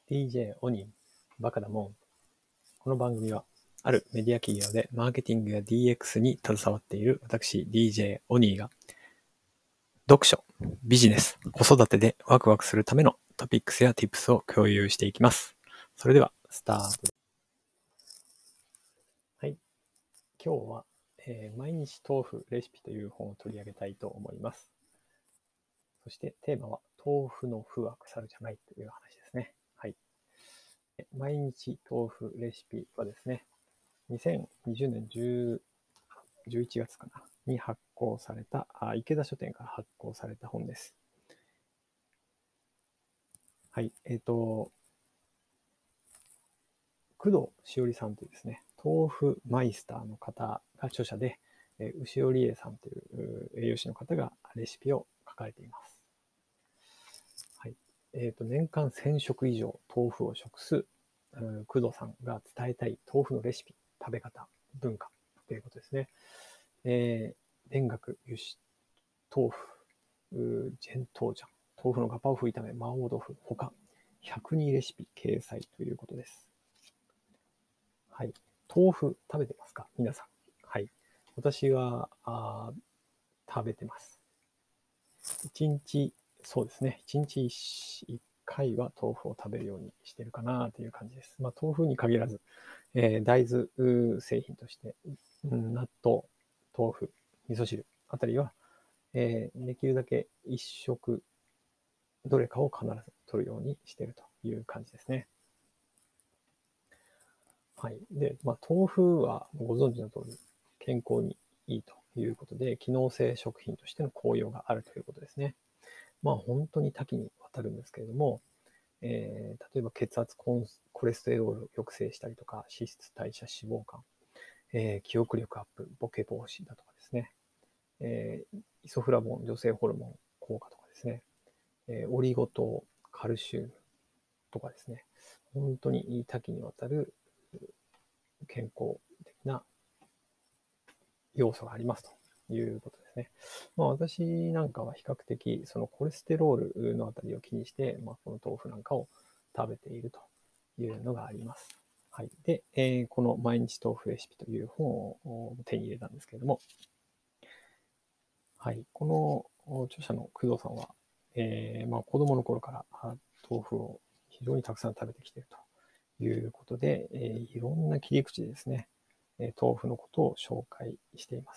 DJ オニー、バカだもん。この番組は、あるメディア企業でマーケティングや DX に携わっている私、DJ オニーが、読書、ビジネス、子育てでワクワクするためのトピックスや Tips を共有していきます。それでは、スタート。はい。今日は、毎日豆腐レシピという本を取り上げたいと思います。そしてテーマは、豆腐の腐は腐るじゃないという話ですね。はい。毎日豆腐レシピはですね、2020年11月かなに発行された、池田書店から発行された本です。はい。工藤しおりさんというですね、豆腐マイスターの方が著者で、牛尾理恵さんという栄養士の方がレシピを書かれています。はい。年間1000食以上豆腐を食す工藤さんが伝えたい豆腐のレシピ、食べ方、文化ということですね。田楽、油脂、豆腐、全豆醤、豆腐のガパオ風炒め、麻婆豆腐、他、102レシピ掲載ということです。はい。豆腐食べてますか皆さん。はい。私は、食べてます。1日、そうですね。1日1回は豆腐を食べるようにしてるかなという感じです。まあ、豆腐に限らず、大豆製品として、納豆、豆腐、味噌汁あたりは、できるだけ一食どれかを必ず取るようにしているという感じですね。はい。で、豆腐はご存知の通り健康にいいということで、機能性食品としての効用があるということですね。本当に多岐にわたるんですけれども、例えば血圧、コレステロールを抑制したりとか、脂質代謝脂肪肝、記憶力アップ、ボケ防止だとかですね、イソフラボン、女性ホルモン効果とかですね、オリゴ糖、カルシウムとかですね、本当に多岐にわたる健康的な要素がありますということですね。私なんかは比較的そのコレステロールのあたりを気にして、この豆腐なんかを食べているというのがあります。はい。で、この毎日豆腐レシピという本を手に入れたんですけれども、はい。この著者の工藤さんは、子供の頃から豆腐を非常にたくさん食べてきているということで、いろんな切り口でですね、豆腐のことを紹介しています。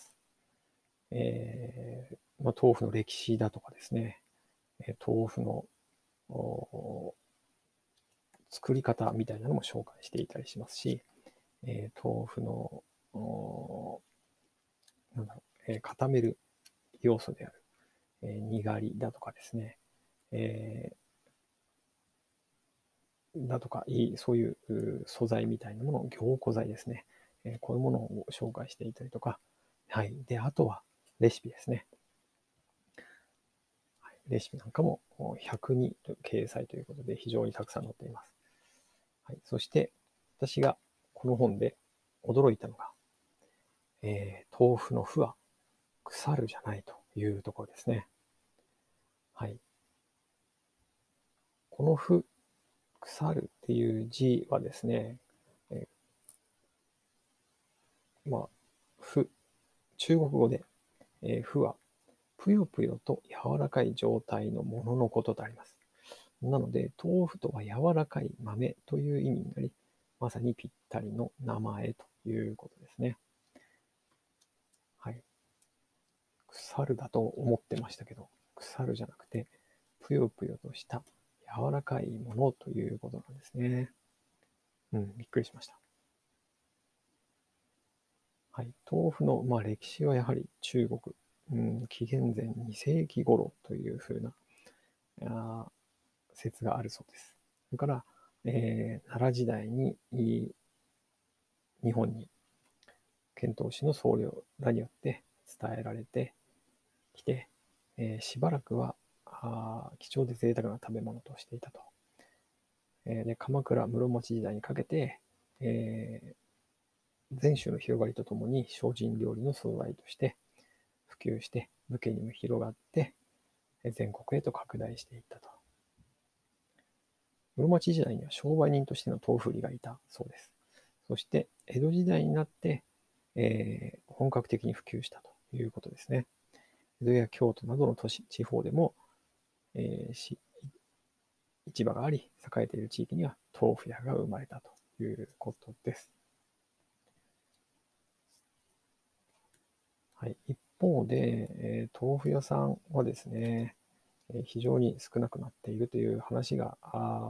豆腐の歴史だとかですね、豆腐の作り方みたいなのも紹介していたりしますし、豆腐の固める要素である、にがりだとかですね、えだとか、そういう素材みたいなもの、凝固剤ですね。こういうものを紹介していたりとか、はい。で、あとはレシピですね。はい、レシピなんかも102と掲載ということで非常にたくさん載っています。はい、そして私がこの本で驚いたのが、豆腐の麩は腐るじゃないというところですね。はい。この麩、腐るっていう字はですね、え麩、中国語で、麩はぷよぷよと柔らかい状態のもののこととあります。なので、豆腐とは柔らかい豆という意味になり、まさにぴったりの名前ということですね。はい。腐るだと思ってましたけど、腐るじゃなくて、ぷよぷよとした柔らかいものということなんですね。びっくりしました。はい。豆腐の、歴史はやはり中国、紀元前2世紀頃というふうな説があるそうです。それから、奈良時代に日本に遣唐使の僧侶らによって伝えられてきて、しばらくは貴重で贅沢な食べ物としていたと。で鎌倉室町時代にかけて、禅宗の広がりとともに精進料理の素材として普及して武家にも広がって全国へと拡大していったと。 室町時代には商売人としての豆腐売りがいたそうです。そして、江戸時代になって、本格的に普及したということですね。江戸や京都などの都市、地方でも、市場があり、栄えている地域には豆腐屋が生まれたということです。はい、一方で、豆腐屋さんはですね、非常に少なくなっているという話が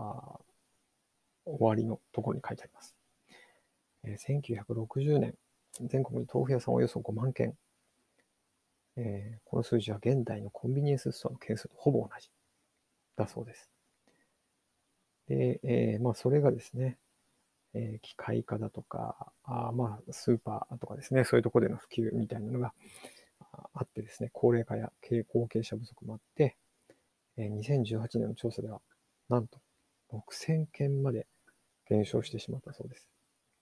終わりのところに書いてあります。1960年、全国に豆腐屋さんおよそ5万件。この数字は現代のコンビニエンスストアの件数とほぼ同じだそうです。で、それがですね、機械化だとか、スーパーとかですね、そういうところでの普及みたいなのがあってですね、高齢化や後継者不足もあって、2018年の調査では、なんと6000件まで減少してしまったそうです。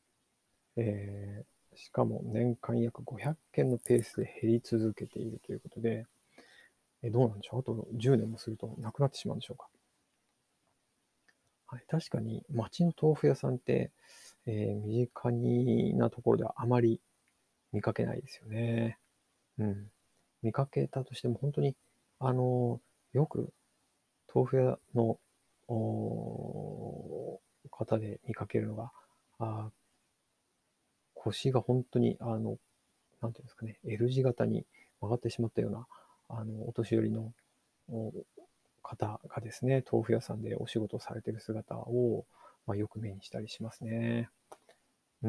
しかも年間約500件のペースで減り続けているということで、どうなんでしょう、あと10年もするとなくなってしまうんでしょうか。はい、確かに町の豆腐屋さんって、身近なところではあまり見かけないですよね。うん。見かけたとしても本当に、あの、よく豆腐屋の方で見かけるのが、あ腰が本当に、なんていうんですかね、L 字型に曲がってしまったような、お年寄りの方がですね、豆腐屋さんでお仕事をされている姿を、よく目にしたりしますね。うん。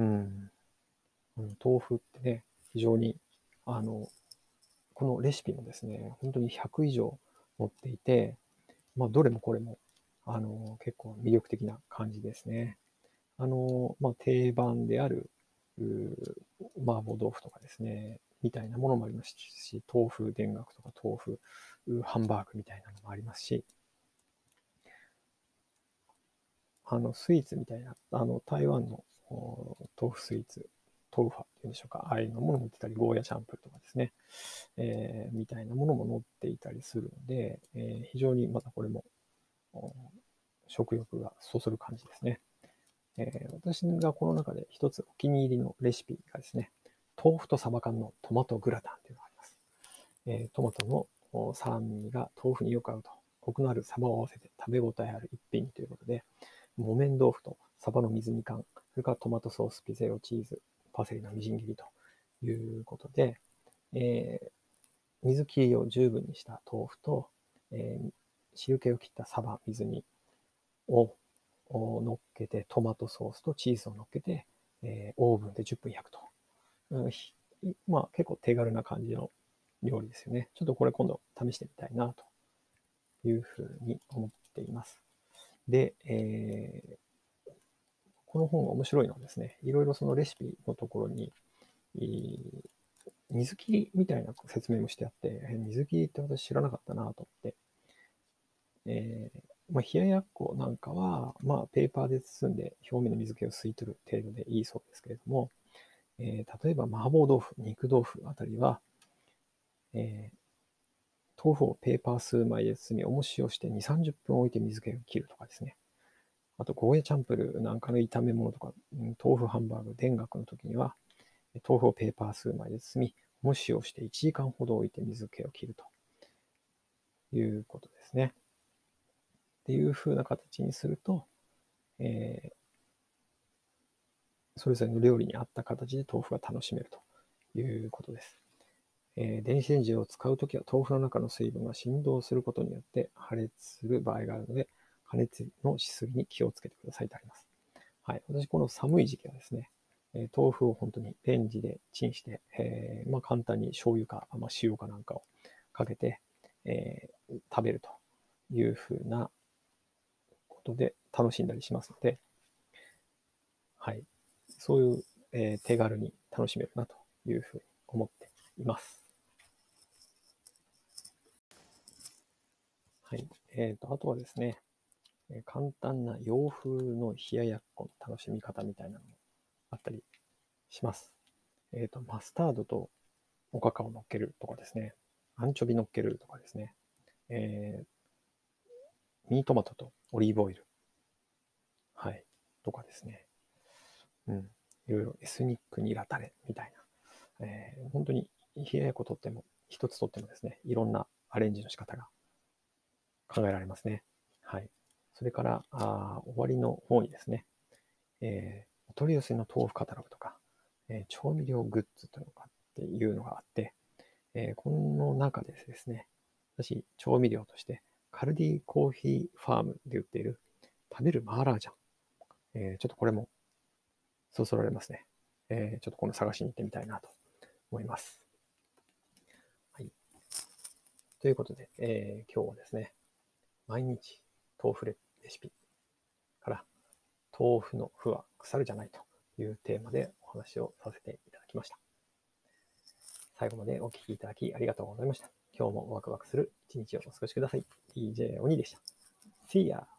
豆腐ってね、非常に、あの、このレシピもですね、本当に100以上載っていて、どれもこれも、結構魅力的な感じですね。定番である、麻婆豆腐とかですね、みたいなものもありますし、豆腐田楽とか豆腐ハンバーグみたいなのもありますし、スイーツみたいな、台湾の豆腐スイーツ、豆腐ァっていうんでしょうか、ああいうのものも売ってたり、ゴーヤチャンプルとかですね、みたいなものも載っていたりするので、非常にまたこれも食欲がそそる感じですね。私がこの中で一つお気に入りのレシピがですね、豆腐とサバ缶のトマトグラタンというのがあります。トマトの酸味が豆腐によく合うと、コクのあるサバを合わせて食べ応えある一品ということで、木綿豆腐とサバの水煮缶、それからトマトソース、ピゼオチーズ、パセリのみじん切りということで、え水切りを十分にした豆腐と、汁気を切ったサバ、水煮を乗っけて、トマトソースとチーズを乗っけて、オーブンで10分焼くと。結構手軽な感じの料理ですよね。ちょっとこれ今度試してみたいなというふうに思っています。で、この本が面白いのはですね、いろいろそのレシピのところに、水切りみたいな説明もしてあって、水切りって私知らなかったなと思って、冷ややっこなんかは、ペーパーで包んで表面の水気を吸い取る程度でいいそうですけれども、例えば麻婆豆腐、肉豆腐あたりは、え豆腐をペーパー数枚で包み、重しをして2、30分置いて水気を切るとかですね。あと、ゴーヤチャンプルなんかの炒め物とか、豆腐ハンバーグ、田楽の時には、豆腐をペーパー数枚で包み、重しをして1時間ほど置いて水気を切るということですね。っていう風な形にすると、えそれぞれの料理に合った形で豆腐が楽しめるということです。電子レンジを使うときは豆腐の中の水分が振動することによって破裂する場合があるので、加熱のしすぎに気をつけてくださいとあります。はい。私、この寒い時期はですね、豆腐を本当にレンジでチンして、簡単に醤油か、塩かなんかをかけて、食べるというふうなことで楽しんだりしますので、はい。そういう、手軽に楽しめるなというふうに思っています。はい。あとはですね、簡単な洋風の冷ややっこの楽しみ方みたいなのもあったりします。マスタードとおカカを乗っけるとかですね、アンチョビ乗っけるとかですね、ミニトマトとオリーブオイル、 とかですね、いろいろエスニックニラタレみたいな、本当に冷ややっことっても、一つとってもですね、いろんなアレンジの仕方が考えられますね。はい。それから、終わりの方にですね、お取り寄せの豆腐カタログとか、調味料グッズとかっていうのがあって、この中でですね、私、調味料として、カルディコーヒーファームで売っている食べるマーラージャン。ちょっとこれもそそられますね。ちょっとこの探しに行ってみたいなと思います。はい。ということで、今日はですね、毎日豆腐レシピから、豆腐の麩は腐るじゃないというテーマでお話をさせていただきました。最後までお聞きいただきありがとうございました。今日もワクワクする一日をお過ごしください。DJ 鬼でした。See ya!